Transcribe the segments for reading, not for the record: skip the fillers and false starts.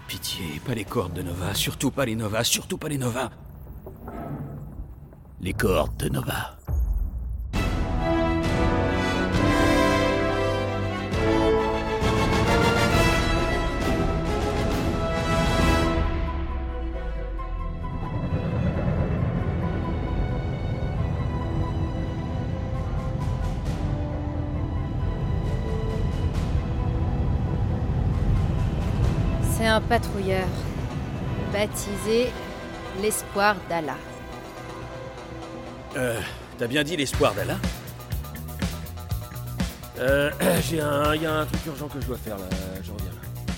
Pitié, pas les cordes de Nova, surtout pas les Nova, surtout pas les Nova. Les cordes de Nova. C'est un patrouilleur, baptisé l'Espoir d'Allah. T'as bien dit l'espoir d'Allah? Y a un truc urgent que je dois faire là, je reviens là.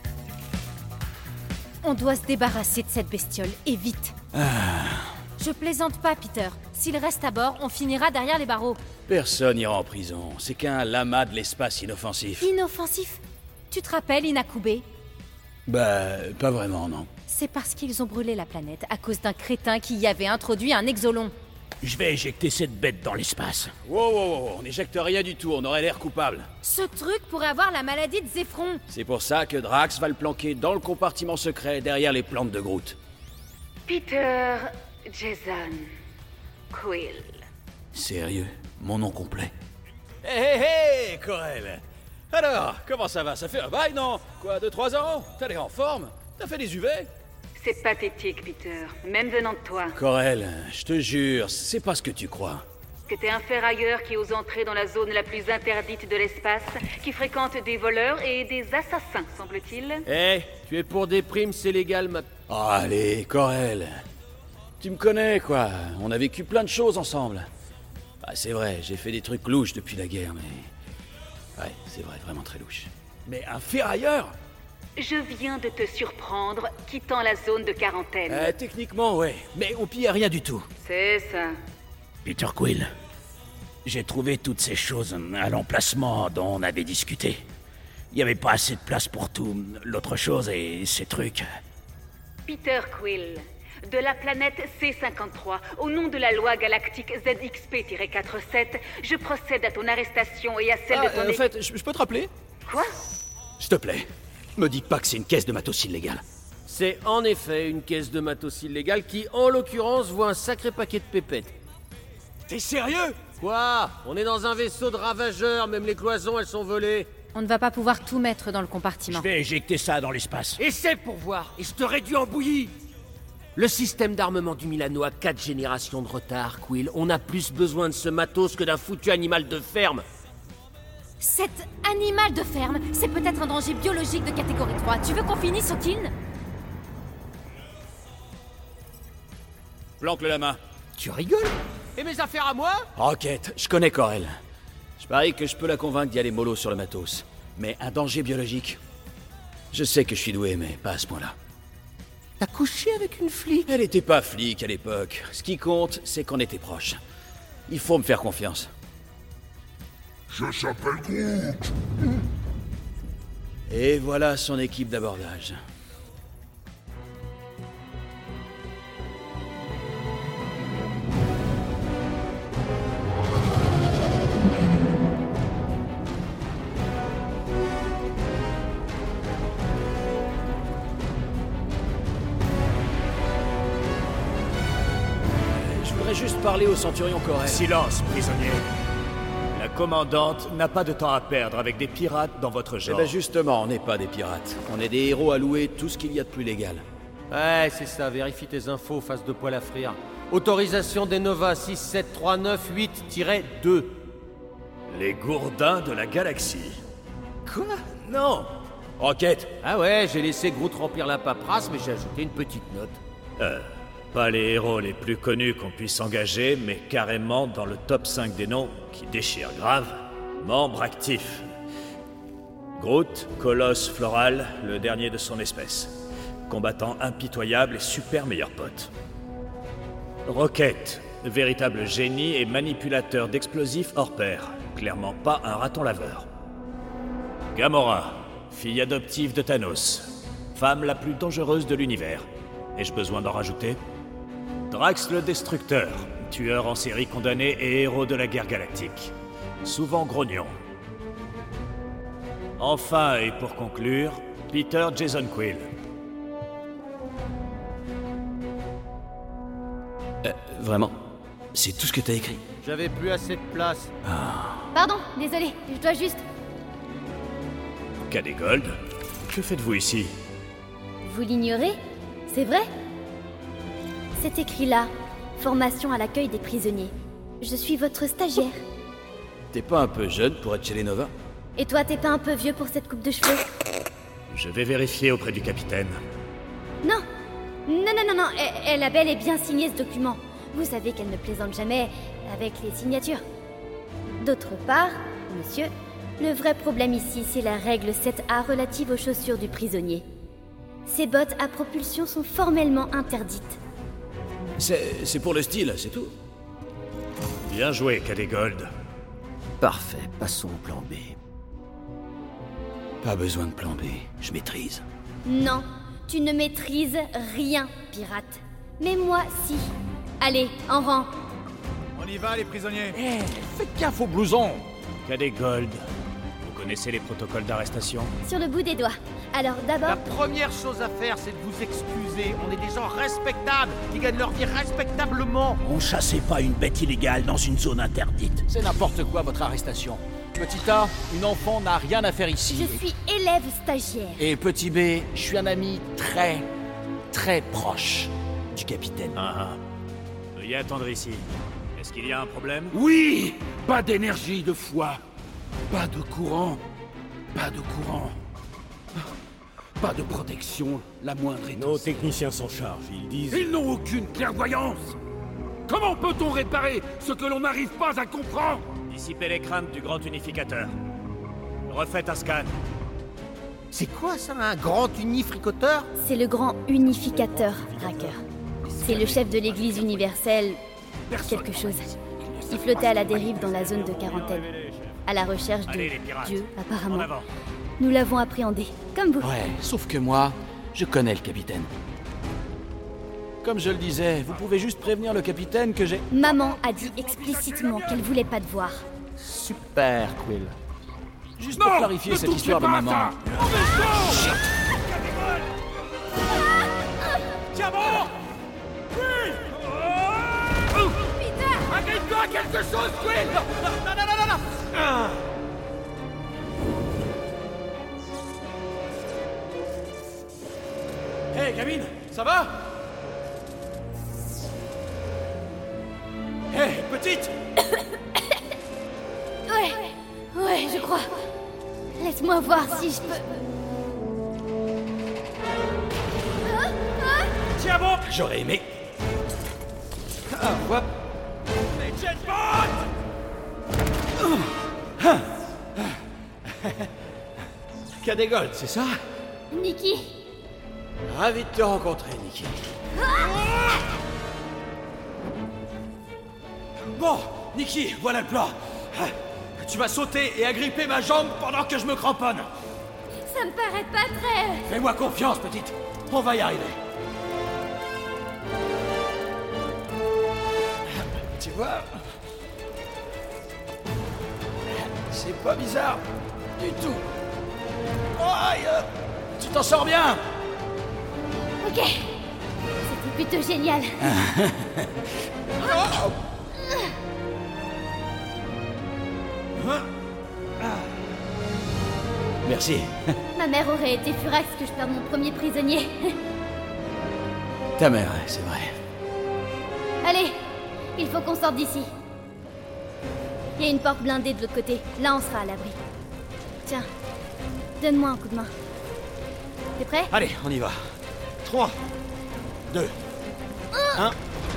On doit se débarrasser de cette bestiole, et vite. Je plaisante pas, Peter. S'il reste à bord, on finira derrière les barreaux. Personne n'ira en prison, c'est qu'un lama de l'espace inoffensif. Inoffensif. Tu te rappelles Inakube? Bah, pas vraiment, non. C'est parce qu'ils ont brûlé la planète à cause d'un crétin qui y avait introduit un exolon. Je vais éjecter cette bête dans l'espace. Wow, on n'éjecte rien du tout, on aurait l'air coupable. Ce truc pourrait avoir la maladie de Zéphron. C'est pour ça que Drax va le planquer dans le compartiment secret derrière les plantes de Groot. Peter Jason Quill. Sérieux, mon nom complet. Hé, Corel. Alors, comment ça va? Ça fait un bail, non? Quoi, 2-3 ans? T'as l'air en forme? T'as fait des UV? C'est pathétique, Peter, même venant de toi. Corel, je te jure, c'est pas ce que tu crois. Que t'es un ferrailleur qui ose entrer dans la zone la plus interdite de l'espace, qui fréquente des voleurs et des assassins, semble-t-il. Tu es pour des primes, c'est légal, ma... Oh, allez, Corel. Tu me connais, quoi. On a vécu plein de choses ensemble. Ah, c'est vrai, j'ai fait des trucs louches depuis la guerre, mais... Ouais, c'est vrai, vraiment très louche. Mais un ferrailleur? Je viens de te surprendre, quittant la zone de quarantaine. Techniquement, ouais. Mais on pille rien du tout. C'est ça. Peter Quill, j'ai trouvé toutes ces choses à l'emplacement dont on avait discuté. Il n'y avait pas assez de place pour tout. L'autre chose et ces trucs. Peter Quill, de la planète C-53, au nom de la loi galactique ZXP-47, je procède à ton arrestation et à celle de ton... En fait, je peux te rappeler? Quoi? S'il te plaît, me dis pas que c'est une caisse de matos illégale. C'est en effet une caisse de matos illégale qui, en l'occurrence, voit un sacré paquet de pépettes. T'es sérieux? Quoi? On est dans un vaisseau de ravageurs, même les cloisons, elles sont volées. On ne va pas pouvoir tout mettre dans le compartiment. Je vais éjecter ça dans l'espace. Essaie pour voir, et je te réduis en bouillie. Le système d'armement du Milano a 4 générations de retard, Quill. On a plus besoin de ce matos que d'un foutu animal de ferme. Cet animal de ferme, c'est peut-être un danger biologique de catégorie 3. Tu veux qu'on finisse au kill? Planque le lama. Tu rigoles? Et mes affaires à moi? Rocket, je connais Corel. Je parie que je peux la convaincre d'y aller mollo sur le matos. Mais un danger biologique? Je sais que je suis doué, mais pas à ce point-là. T'as couché avec une flic? Elle était pas flic à l'époque. Ce qui compte, c'est qu'on était proches. Il faut me faire confiance. Je s'appelle Groot. Et voilà son équipe d'abordage. Je voudrais juste parler au centurion Corel. Silence, prisonnier. La commandante n'a pas de temps à perdre avec des pirates dans votre Eh genre. ben justement, on n'est pas des pirates. On est des héros à louer tout ce qu'il y a de plus légal. Ouais, c'est ça, vérifie tes infos, face de poil à frire. Autorisation des Nova 67398-2. Les gourdins de la galaxie. Quoi? Non! Rocket! Ah ouais, j'ai laissé Groot remplir la paperasse, mais j'ai ajouté une petite note. Pas les héros les plus connus qu'on puisse engager, mais carrément dans le top 5 des noms qui déchirent grave. Membre actif. Groot, colosse floral, le dernier de son espèce. Combattant impitoyable et super meilleur pote. Rocket, véritable génie et manipulateur d'explosifs hors pair. Clairement pas un raton laveur. Gamora, fille adoptive de Thanos. Femme la plus dangereuse de l'univers. Ai-je besoin d'en rajouter? Drax le Destructeur, tueur en série condamné et héros de la guerre galactique. Souvent grognon. Enfin, et pour conclure, Peter Jason Quill, Vraiment? C'est tout ce que t'as écrit? J'avais plus assez de place. Pardon, désolé, je dois juste... Cadet Gold, que faites-vous ici? Vous l'ignorez? C'est vrai? C'est écrit là. Formation à l'accueil des prisonniers. Je suis votre stagiaire. T'es pas un peu jeune pour être chez les Nova? Et toi, t'es pas un peu vieux pour cette coupe de cheveux? Je vais vérifier auprès du capitaine. Non. Non. Elle a bel et bien signé ce document. Vous savez qu'elle ne plaisante jamais avec les signatures. D'autre part, monsieur, le vrai problème ici, c'est la règle 7A relative aux chaussures du prisonnier. Ces bottes à propulsion sont formellement interdites. C'est pour le style, c'est tout. Bien joué, Cadet Gold. Parfait, passons au plan B. Pas besoin de plan B, je maîtrise. Non, tu ne maîtrises rien, pirate. Mais moi, si. Allez, en rang. On y va, les prisonniers. Faites gaffe au blouson. Cadet Gold, vous connaissez les protocoles d'arrestation? Sur le bout des doigts. Alors La d'abord... première chose à faire, c'est de vous excuser. On est des gens respectables, qui gagnent leur vie respectablement. On chassait pas une bête illégale dans une zone interdite. C'est n'importe quoi, votre arrestation. Petit A, une enfant n'a rien à faire ici. Je suis élève stagiaire. Et petit B, je suis un ami très, très proche du capitaine. Veuillez attendre ici. Est-ce qu'il y a un problème? Oui! Pas d'énergie de foi. Pas de courant. Pas de courant. Pas de protection, la moindre Nos étincelle. techniciens s'en chargent, ils disent... Ils n'ont aucune clairvoyance. Comment peut-on réparer ce que l'on n'arrive pas à comprendre? Dissipez les craintes du grand unificateur. Refaites un scan. C'est quoi ça, un grand unifricoteur? C'est le grand unificateur, Racker. C'est le chef de l'église universelle... quelque chose. Il flottait à la dérive dans la zone de quarantaine. À la recherche de Allez, les pirates. Dieu, En apparemment. avant. Nous l'avons appréhendé, comme vous. Ouais, sauf que moi, je connais le capitaine. Comme je le disais, vous pouvez juste prévenir le capitaine que j'ai... Maman a dit explicitement qu'elle voulait pas te voir. Super, Quill. Juste pour clarifier cette histoire de maman. Tiens bon! Arrive-toi à quelque chose, Quill! Non! Hé, gamine, ça va? Hé, petite! Ouais, je crois. Laisse-moi voir si je peux... Tiens bon! J'aurais aimé. Ah, hop. Les jetbots! Cadet Gold, c'est ça? Nikki, Ravi de te rencontrer, Nikki. Bon, Nikki, voilà le plan. Tu vas sauter et agripper ma jambe pendant que je me cramponne. ça me paraît pas très... Fais-moi confiance, petite. On va y arriver. Tu vois? C'est pas bizarre du tout. Oh, aïe! Tu t'en sors bien! Ok. C'était plutôt génial. Merci. Ma mère aurait été furax que je perde mon premier prisonnier. Ta mère, c'est vrai. Allez, il faut qu'on sorte d'ici. Il y a une porte blindée de l'autre côté. Là, on sera à l'abri. Tiens, donne-moi un coup de main. T'es prêt? Allez, on y va. 3, 2, 1.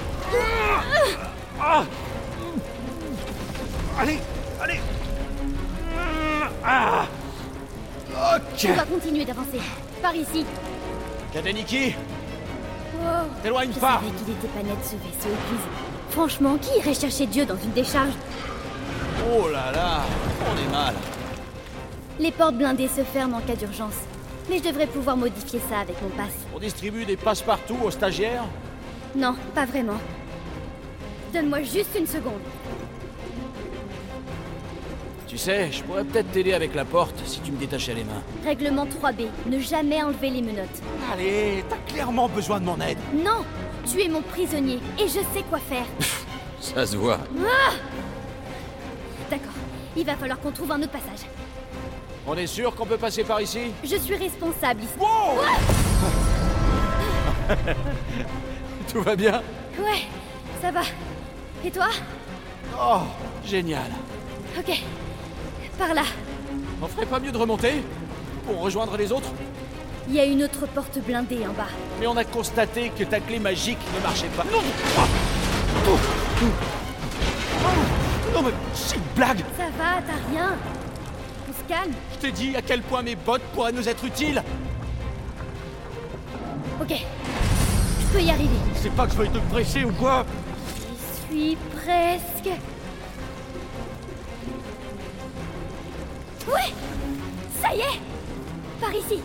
Allez, allez. Ok. On va continuer d'avancer. Par ici. Cadet Nikki, Wow. t'éloigne Je pas. savais qu'il était pas net ce vaisseau église. Franchement, qui irait chercher Dieu dans une décharge? Oh là là, on est mal. Les portes blindées se ferment en cas d'urgence. Mais je devrais pouvoir modifier ça avec mon pass. On distribue des passe-partout aux stagiaires? Non, pas vraiment. Donne-moi juste une seconde. Tu sais, je pourrais peut-être t'aider avec la porte si tu me détachais les mains. Règlement 3B, ne jamais enlever les menottes. Allez, t'as clairement besoin de mon aide. Non, Tu es mon prisonnier et je sais quoi faire. Ça se voit. Ah! D'accord, il va falloir qu'on trouve un autre passage. On est sûr qu'on peut passer par ici? Je suis responsable ici. Wow! Tout va bien? Ouais, ça va. Et toi? Oh, génial. Ok, par là. On ferait pas mieux de remonter? Pour rejoindre les autres? Il y a une autre porte blindée en bas. Mais on a constaté que ta clé magique ne marchait pas. Non! Non mais c'est une blague! Ça va, t'as rien. On se calme. Je t'ai dit à quel point mes bottes pourraient nous être utiles! Ok, je peux y arriver. C'est pas que je veuille te presser ou quoi? Je suis presque... Ouais! Ça y est! Par ici.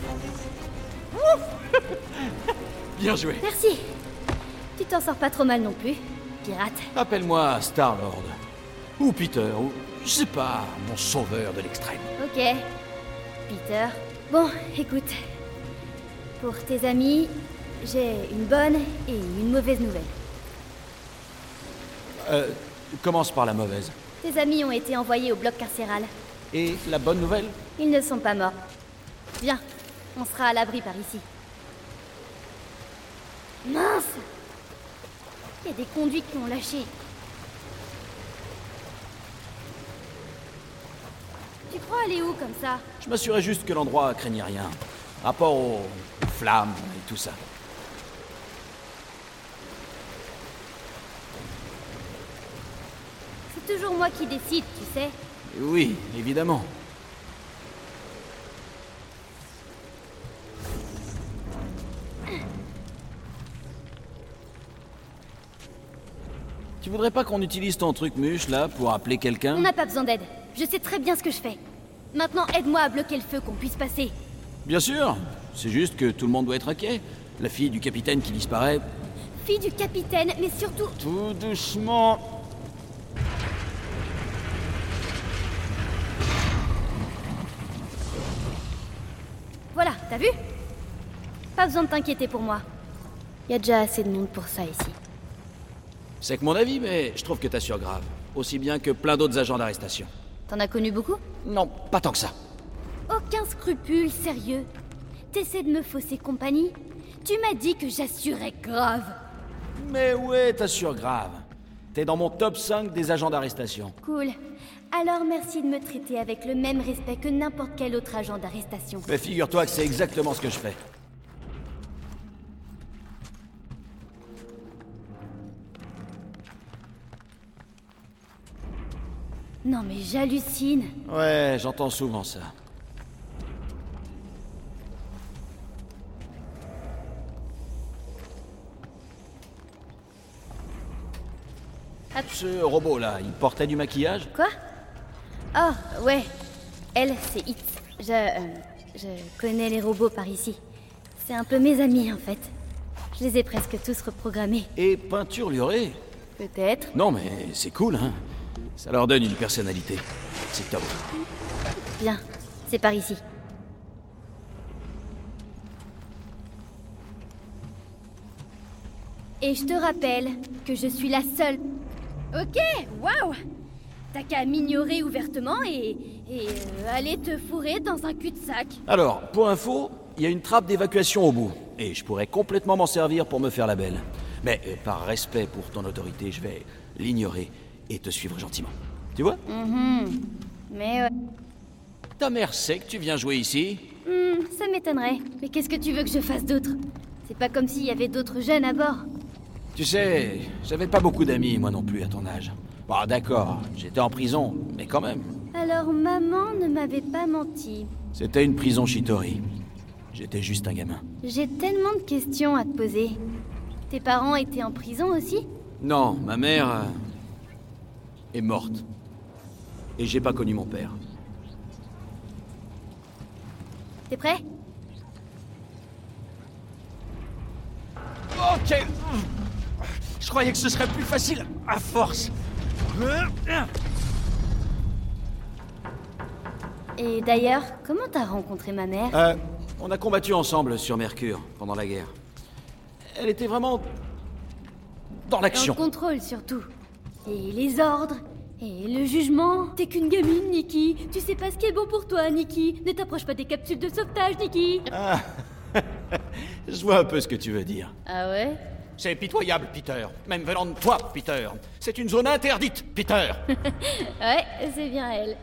Bien joué. Merci. Tu t'en sors pas trop mal non plus, pirate. Appelle-moi Star-Lord. Ou Peter, ou... je sais pas, mon sauveur de l'extrême. Ok. Peter. Bon, écoute. Pour tes amis, j'ai une bonne et une mauvaise nouvelle. Commence par la mauvaise. Tes amis ont été envoyés au bloc carcéral. Et la bonne nouvelle? Ils ne sont pas morts. Viens, on sera à l'abri par ici. Mince! Il y a des conduits qui ont lâché. Tu crois aller où comme ça? Je m'assurais juste que l'endroit craignait rien. Rapport aux flammes et tout ça. C'est toujours moi qui décide, tu sais. Oui, évidemment. Tu voudrais pas qu'on utilise ton truc muche, là, pour appeler quelqu'un? On n'a pas besoin d'aide. Je sais très bien ce que je fais. Maintenant, aide-moi à bloquer le feu, qu'on puisse passer. Bien sûr. C'est juste que tout le monde doit être inquiet. La fille du capitaine qui disparaît... Fille du capitaine, mais surtout... Tout doucement. Voilà, t'as vu? Pas besoin de t'inquiéter pour moi. Y a déjà assez de monde pour ça ici. C'est que mon avis, mais je trouve que t'assures grave. Aussi bien que plein d'autres agents d'arrestation. T'en as connu beaucoup? Non, pas tant que ça. Aucun scrupule, sérieux. T'essaies de me fausser compagnie? Tu m'as dit que j'assurais grave. Mais ouais, t'assures grave. T'es dans mon top 5 des agents d'arrestation. Cool. Alors merci de me traiter avec le même respect que n'importe quel autre agent d'arrestation. Mais figure-toi que c'est exactement ce que je fais. Non mais j'hallucine. Ouais, j'entends souvent ça. Ce robot-là, il portait du maquillage? Quoi? Oh, ouais. Elle, c'est It. Je connais les robots par ici. C'est un peu mes amis, en fait. Je les ai presque tous reprogrammés. Et peinturlurés? Peut-être. Non, mais c'est cool, hein. Ça leur donne une personnalité. C'est top. Bien, c'est par ici. Et je te rappelle que je suis la seule... Ok, waouh! T'as qu'à m'ignorer ouvertement et aller te fourrer dans un cul-de-sac. Alors, pour info, il y a une trappe d'évacuation au bout. Et je pourrais complètement m'en servir pour me faire la belle. Mais par respect pour ton autorité, je vais l'ignorer et te suivre gentiment. Tu vois? Mais... Ta mère sait que tu viens jouer ici? ça m'étonnerait. Mais qu'est-ce que tu veux que je fasse d'autre? C'est pas comme s'il y avait d'autres jeunes à bord. Tu sais, j'avais pas beaucoup d'amis, moi non plus, à ton âge. Bon, d'accord, j'étais en prison, mais quand même. Alors maman ne m'avait pas menti. C'était une prison Shitori. J'étais juste un gamin. J'ai tellement de questions à te poser. Tes parents étaient en prison aussi? Non, ma mère... est morte. Et j'ai pas connu mon père. T'es prêt? Ok. Je croyais que ce serait plus facile à force. Et d'ailleurs, comment t'as rencontré ma mère? On a combattu ensemble sur Mercure pendant la guerre. Elle était vraiment dans l'action. Dans le contrôle, surtout. Et les ordres. Et le jugement. T'es qu'une gamine, Nikki. Tu sais pas ce qui est bon pour toi, Nikki. Ne t'approche pas des capsules de sauvetage, Nikki. Ah, je vois un peu ce que tu veux dire. Ah ouais? C'est pitoyable, Peter. Même venant de toi, Peter. C'est une zone interdite, Peter. Ouais, c'est bien elle.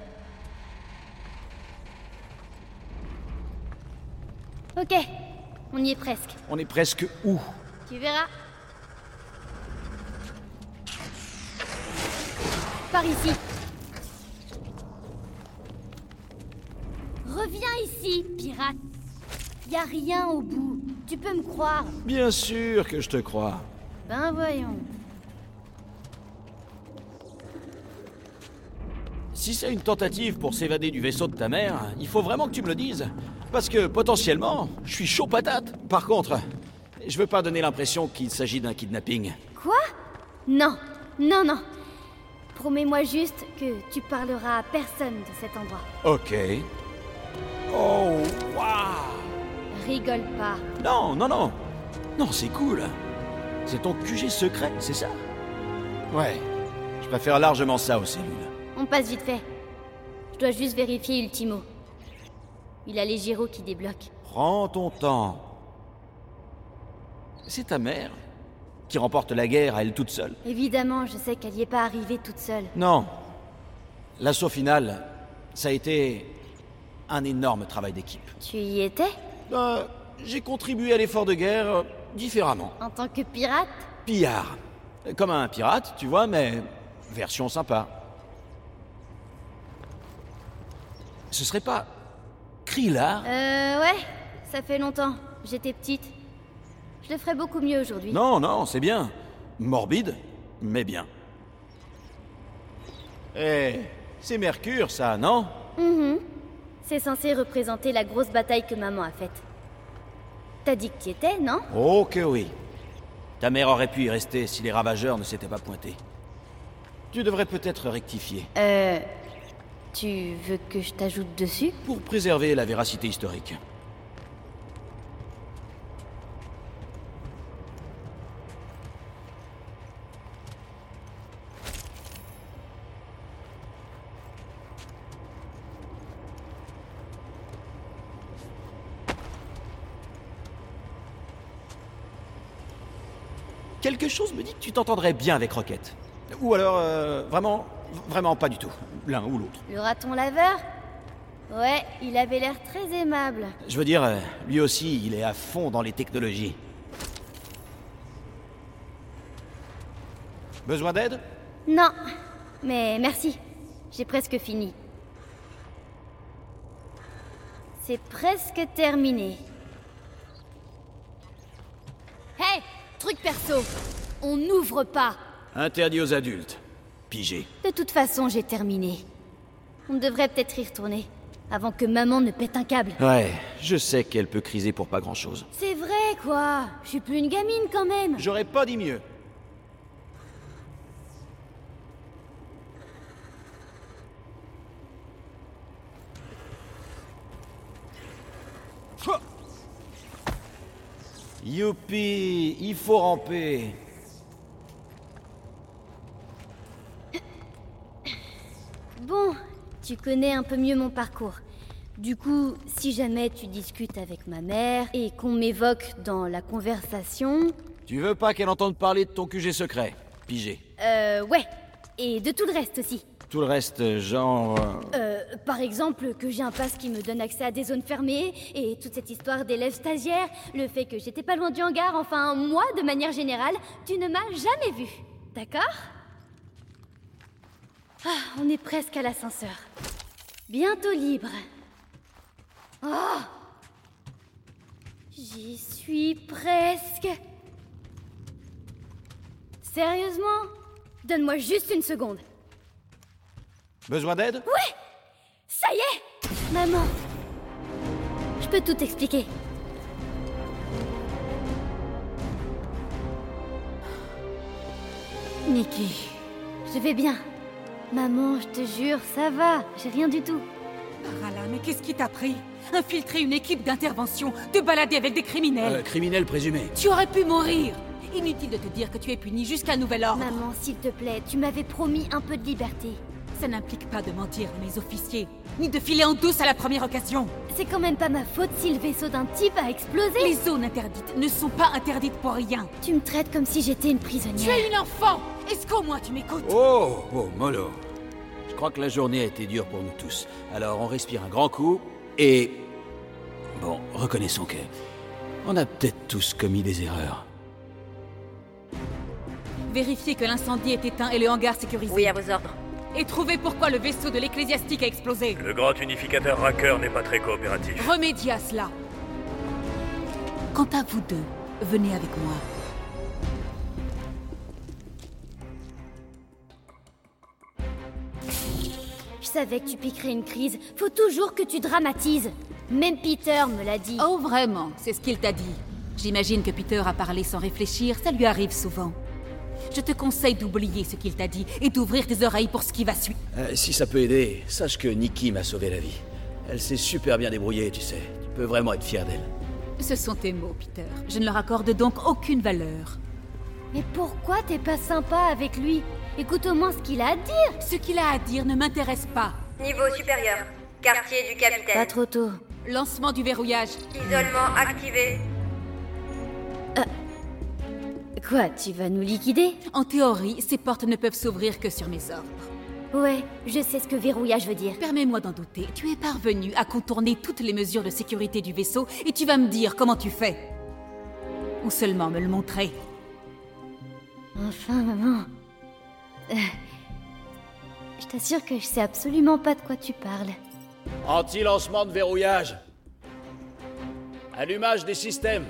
Ok, on y est presque. On est presque où? Tu verras. Par ici. Reviens ici, pirate. Y a rien au bout. Tu peux me croire. Bien sûr que je te crois. Ben voyons. Si c'est une tentative pour s'évader du vaisseau de ta mère, il faut vraiment que tu me le dises. Parce que, potentiellement, je suis chaud patate. Par contre, je veux pas donner l'impression qu'il s'agit d'un kidnapping. Quoi? Non, non, non. Promets-moi juste que tu parleras à personne de cet endroit. Ok. Oh, waouh! Rigole pas. Non, non, non. Non, c'est cool. C'est ton QG secret, c'est ça? Ouais. Je préfère largement ça aux cellules. On passe vite fait. Je dois juste vérifier Ultimo. Il a les gyros qui débloquent. Prends ton temps. C'est ta mère qui remporte la guerre à elle toute seule. Évidemment, je sais qu'elle y est pas arrivée toute seule. Non. L'assaut final, ça a été un énorme travail d'équipe. Tu y étais? J'ai contribué à l'effort de guerre différemment. En tant que pirate? Pillard. Comme un pirate, tu vois, mais version sympa. Ce serait pas Krillard? Ouais, ça fait longtemps. J'étais petite. Je le ferais beaucoup mieux aujourd'hui. Non, non, c'est bien. Morbide, mais bien. Eh, c'est Mercure, ça, non? C'est censé représenter la grosse bataille que maman a faite. T'as dit que t'y étais, non? Oh que oui. Ta mère aurait pu y rester si les ravageurs ne s'étaient pas pointés. Tu devrais peut-être rectifier. Tu veux que je t'ajoute dessus? Pour préserver la véracité historique. Quelque chose me dit que tu t'entendrais bien avec Rocket. Ou alors, vraiment pas du tout. L'un ou l'autre. Le raton laveur? Ouais, il avait l'air très aimable. Je veux dire, lui aussi, il est à fond dans les technologies. Besoin d'aide? Non, mais merci. J'ai presque fini. C'est presque terminé. Hey! Truc perso, on n'ouvre pas. Interdit aux adultes. Pigé. De toute façon, j'ai terminé. On devrait peut-être y retourner, avant que maman ne pète un câble. Ouais, je sais qu'elle peut criser pour pas grand-chose. C'est vrai, quoi. Je suis plus une gamine, quand même. J'aurais pas dit mieux. Youpi, il faut ramper. Bon, tu connais un peu mieux mon parcours. Du coup, si jamais tu discutes avec ma mère et qu'on m'évoque dans la conversation... Tu veux pas qu'elle entende parler de ton QG secret, pigé? Ouais. Et de tout le reste aussi. Tout le reste, genre... Par exemple, que j'ai un pass qui me donne accès à des zones fermées, et toute cette histoire d'élèves stagiaires, le fait que j'étais pas loin du hangar, enfin, moi, de manière générale, tu ne m'as jamais vu. D'accord? Ah, on est presque à l'ascenseur. Bientôt libre. Oh! J'y suis presque. Sérieusement? Donne-moi juste une seconde. Besoin d'aide? Ouais! Ça y est! Maman, je peux tout expliquer. Nikki, je vais bien. Maman, je te jure, ça va. J'ai rien du tout. Arala, mais qu'est-ce qui t'a pris? Infiltrer une équipe d'intervention, te balader avec des criminels. Criminel présumé. Tu aurais pu mourir. Inutile de te dire que tu es puni jusqu'à nouvel ordre. Maman, s'il te plaît, tu m'avais promis un peu de liberté. Ça n'implique pas de mentir à mes officiers, ni de filer en douce à la première occasion. C'est quand même pas ma faute si le vaisseau d'un type a explosé. Les zones interdites ne sont pas interdites pour rien. Tu me traites comme si j'étais une prisonnière. Tu es une enfant. Est-ce qu'au moins tu m'écoutes? Oh, Molo. Je crois que la journée a été dure pour nous tous. Alors on respire un grand coup et... Bon, reconnaissons que... on a peut-être tous commis des erreurs. Vérifiez que l'incendie est éteint et le hangar sécurisé. Oui, à vos ordres. Et trouvez pourquoi le vaisseau de l'Ecclésiastique a explosé. Le grand unificateur Racker n'est pas très coopératif. Remédiez à cela. Quant à vous deux, venez avec moi. Je savais que tu piquerais une crise. Faut toujours que tu dramatises. Même Peter me l'a dit. Oh, vraiment? C'est ce qu'il t'a dit. J'imagine que Peter a parlé sans réfléchir, ça lui arrive souvent. Je te conseille d'oublier ce qu'il t'a dit et d'ouvrir tes oreilles pour ce qui va suivre. Si ça peut aider, sache que Nikki m'a sauvé la vie. Elle s'est super bien débrouillée, tu sais. Tu peux vraiment être fier d'elle. Ce sont tes mots, Peter. Je ne leur accorde donc aucune valeur. Mais pourquoi t'es pas sympa avec lui? Écoute au moins ce qu'il a à dire. Ce qu'il a à dire ne m'intéresse pas. Niveau supérieur. Quartier du capitaine. Pas trop tôt. Lancement du verrouillage. Isolement activé. Quoi, tu vas nous liquider? En théorie, ces portes ne peuvent s'ouvrir que sur mes ordres. Ouais, je sais ce que verrouillage veut dire. Permets-moi d'en douter. Tu es parvenu à contourner toutes les mesures de sécurité du vaisseau et tu vas me dire comment tu fais. Ou seulement me le montrer. Enfin, maman. Je t'assure que je sais absolument pas de quoi tu parles. Anti-lancement de verrouillage. Allumage des systèmes.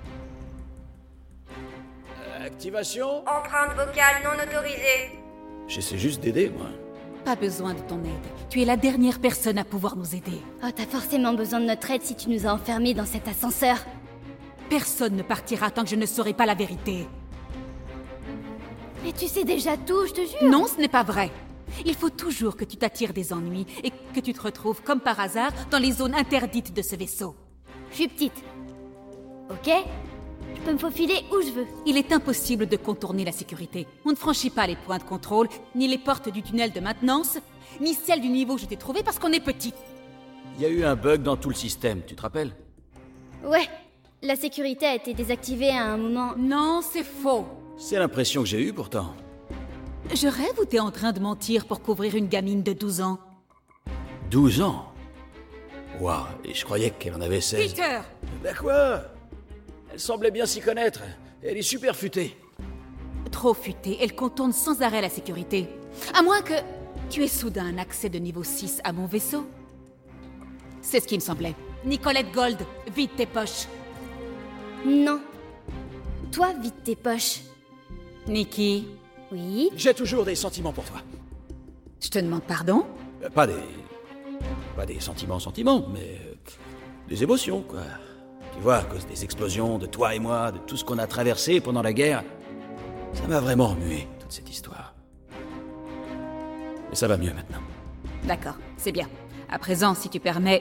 Activation. Empreinte vocale non autorisée. J'essaie juste d'aider, moi. Pas besoin de ton aide. Tu es la dernière personne à pouvoir nous aider. Oh, t'as forcément besoin de notre aide si tu nous as enfermés dans cet ascenseur. Personne ne partira tant que je ne saurai pas la vérité. Mais tu sais déjà tout, je te jure. Non, ce n'est pas vrai. Il faut toujours que tu t'attires des ennuis et que tu te retrouves comme par hasard dans les zones interdites de ce vaisseau. Je suis petite. Ok? Je peux me faufiler où je veux. Il est impossible de contourner la sécurité. On ne franchit pas les points de contrôle, ni les portes du tunnel de maintenance, ni celles du niveau où je t'ai trouvé parce qu'on est petit. Il y a eu un bug dans tout le système, tu te rappelles? Ouais, la sécurité a été désactivée à un moment. Non, c'est faux. C'est l'impression que j'ai eue pourtant. Je rêve ou t'es en train de mentir pour couvrir une gamine de 12 ans? 12 ans? Waouh, et je croyais qu'elle en avait 16. Peter! Bah quoi? Elle semblait bien s'y connaître. Elle est super futée. Trop futée, elle contourne sans arrêt la sécurité. À moins que tu aies soudain un accès de niveau 6 à mon vaisseau. C'est ce qui me semblait. Nicolette Gold, vide tes poches. Non. Toi, vide tes poches. Nikki? Oui? J'ai toujours des sentiments pour toi. Je te demande pardon? Pas des sentiments, mais des émotions, quoi. Tu vois, à cause des explosions, de toi et moi, de tout ce qu'on a traversé pendant la guerre, ça m'a vraiment remué, toute cette histoire. Mais ça va mieux maintenant. D'accord, c'est bien. À présent, si tu permets...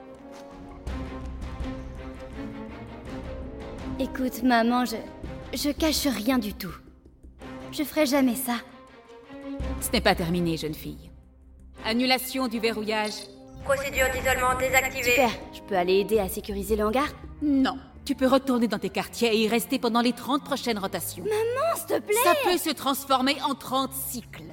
Écoute, maman, je cache rien du tout. Je ferai jamais ça. Ce n'est pas terminé, jeune fille. Annulation du verrouillage. Procédure d'isolement désactivée. Super, je peux aller aider à sécuriser le hangar? Non, tu peux retourner dans tes quartiers et y rester pendant les 30 prochaines rotations. Maman, s'il te plaît! Ça peut se transformer en 30 cycles.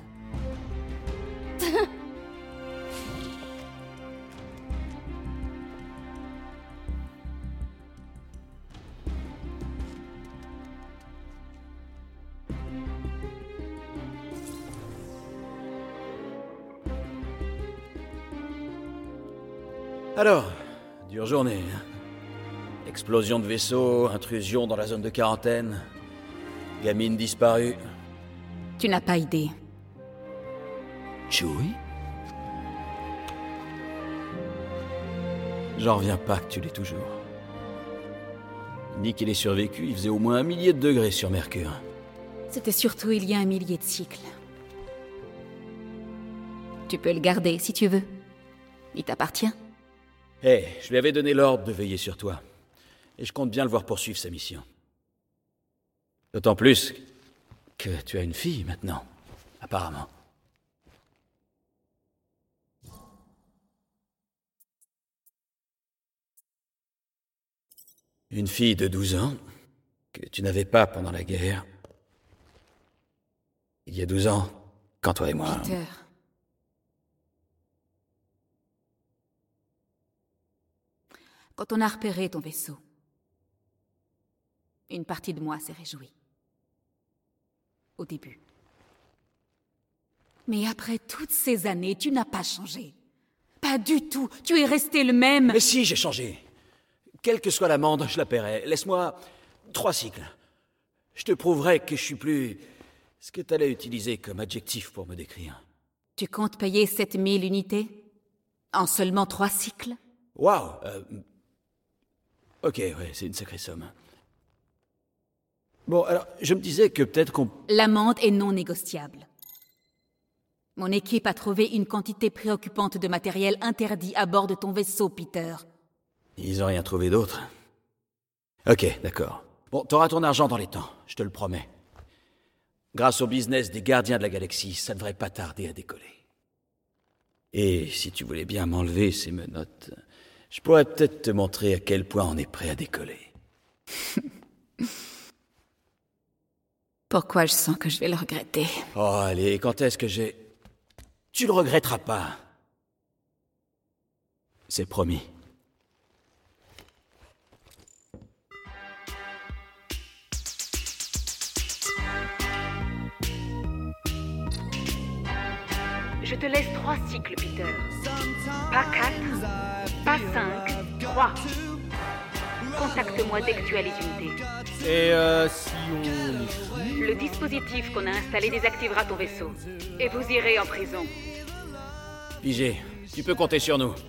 Alors, dure journée. Explosion de vaisseau, intrusion dans la zone de quarantaine, gamine disparue. Tu n'as pas idée. Chewie? J'en reviens pas que tu l'aies toujours. Ni qu'il ait survécu, il faisait au moins 1 millier de degrés sur Mercure. C'était surtout il y a 1 millier de cycles. Tu peux le garder si tu veux. Il t'appartient. Hé, je lui avais donné l'ordre de veiller sur toi. Et je compte bien le voir poursuivre sa mission. D'autant plus que tu as une fille maintenant, apparemment. Une fille de 12 ans, que tu n'avais pas pendant la guerre. Il y a 12 ans, quand toi et moi... Peter. Quand on a repéré ton vaisseau, une partie de moi s'est réjouie. Au début. Mais après toutes ces années, tu n'as pas changé. Pas du tout. Tu es resté le même. Mais si, j'ai changé. Quelle que soit l'amende, je la paierai. Laisse-moi 3 cycles. Je te prouverai que je suis plus... ce que t'allais utiliser comme adjectif pour me décrire. Tu comptes payer 7000 unités? En seulement 3 cycles? Waouh. Ok, ouais, c'est une sacrée somme. Bon, alors, je me disais que peut-être qu'on... L'amende est non négociable. Mon équipe a trouvé une quantité préoccupante de matériel interdit à bord de ton vaisseau, Peter. Ils ont rien trouvé d'autre. Ok, d'accord. Bon, t'auras ton argent dans les temps, je te le promets. Grâce au business des gardiens de la galaxie, ça devrait pas tarder à décoller. Et si tu voulais bien m'enlever ces menottes, je pourrais peut-être te montrer à quel point on est prêt à décoller. Pourquoi je sens que je vais le regretter? Oh, allez, quand est-ce que j'ai... Tu le regretteras pas. C'est promis. Je te laisse 3 cycles, Peter. Pas 4, pas 5, 3. Contacte-moi dès que tu as les unités. Et si on... Le dispositif qu'on a installé désactivera ton vaisseau. Et vous irez en prison. Pigé, tu peux compter sur nous.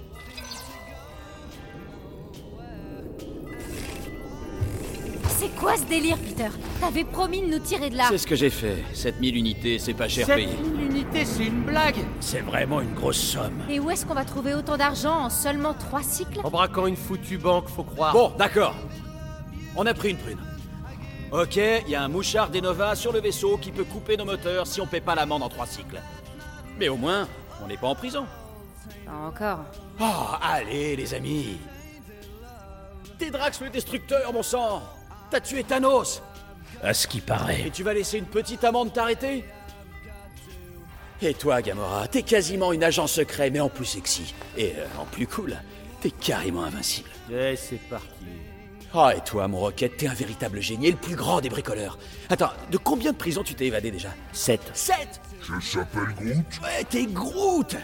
C'est quoi ce délire, Peter? T'avais promis de nous tirer de là. C'est ce que j'ai fait. 7000 unités, c'est pas cher 7000 payé. unités, c'est une blague. C'est vraiment une grosse somme. Et où est-ce qu'on va trouver autant d'argent en seulement 3 cycles? En braquant une foutue banque, faut croire. Bon, d'accord. On a pris une prune. Ok, il y a un mouchard d'Enova sur le vaisseau qui peut couper nos moteurs si on paie pas l'amende en 3 cycles. Mais au moins, on n'est pas en prison. Pas encore. Oh, allez, les amis. T'es Drax le Destructeur, mon sang. T'as tué Thanos. À ce qui paraît. Et tu vas laisser une petite amende t'arrêter? Et toi, Gamora, t'es quasiment une agent secret, mais en plus sexy. Et en plus cool, t'es carrément invincible. Et c'est parti. Oh, et toi, mon Rocket, t'es un véritable génie, et le plus grand des bricoleurs. Attends, de combien de prisons tu t'es évadé déjà? 7. 7? Je s'appelle Groot. Ouais, t'es Groot.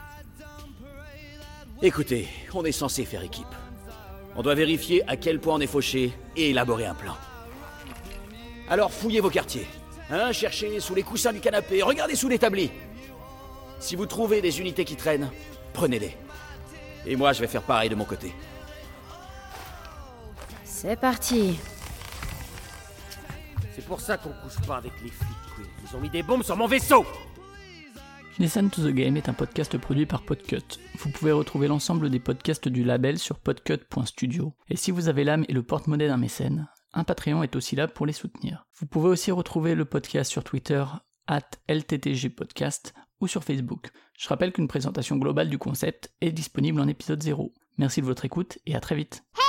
Écoutez, on est censé faire équipe. On doit vérifier à quel point on est fauché et élaborer un plan. Alors fouillez vos quartiers. Hein, cherchez sous les coussins du canapé, regardez sous l'établi. Si vous trouvez des unités qui traînent, prenez-les. Et moi, je vais faire pareil de mon côté. C'est parti. C'est pour ça qu'on couche pas avec les flics, Quill. Ils ont mis des bombes sur mon vaisseau. Listen to the Game est un podcast produit par Podcut. Vous pouvez retrouver l'ensemble des podcasts du label sur podcut.studio. Et si vous avez l'âme et le porte-monnaie d'un mécène, un Patreon est aussi là pour les soutenir. Vous pouvez aussi retrouver le podcast sur Twitter @LTTGpodcast ou sur Facebook. Je rappelle qu'une présentation globale du concept est disponible en épisode 0. Merci de votre écoute et à très vite.